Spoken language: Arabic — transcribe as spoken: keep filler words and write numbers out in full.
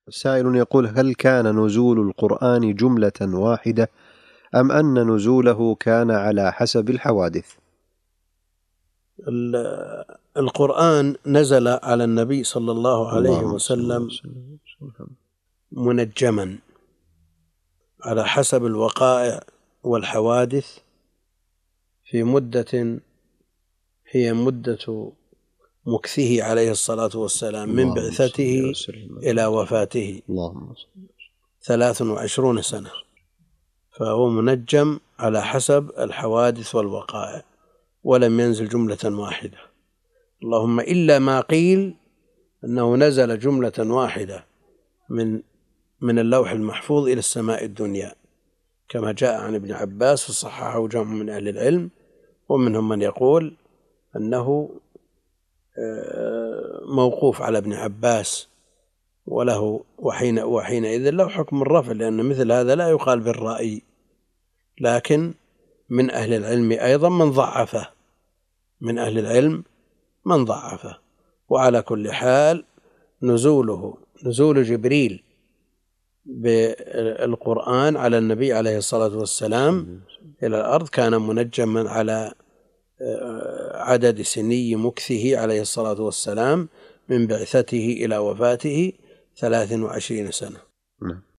سائل يقول: هل كان نزول القرآن جملة واحدة أم أن نزوله كان على حسب الحوادث؟ القرآن نزل على النبي صلى الله عليه وسلم منجما على حسب الوقائع والحوادث في مدة هي مدة مكثه عليه الصلاة والسلام من بعثته إلى وفاته ثلاث وعشرون سنة، فهو منجم على حسب الحوادث والوقائع ولم ينزل جملة واحدة، اللهم إلا ما قيل أنه نزل جملة واحدة من من اللوح المحفوظ إلى السماء الدنيا كما جاء عن ابن عباس وصححه جمع من أهل العلم، ومنهم من يقول أنه موقوف على ابن عباس وله وحين وحينئذ له حكم الرفع، لأن مثل هذا لا يقال بالرأي، لكن من أهل العلم أيضا من ضعفه من أهل العلم من ضعفه. وعلى كل حال نزوله نزول جبريل بالقرآن على النبي عليه الصلاة والسلام إلى الأرض كان منجما على عدد سني مكثه عليه الصلاة والسلام من بعثته إلى وفاته ثلاث وعشرين سنة.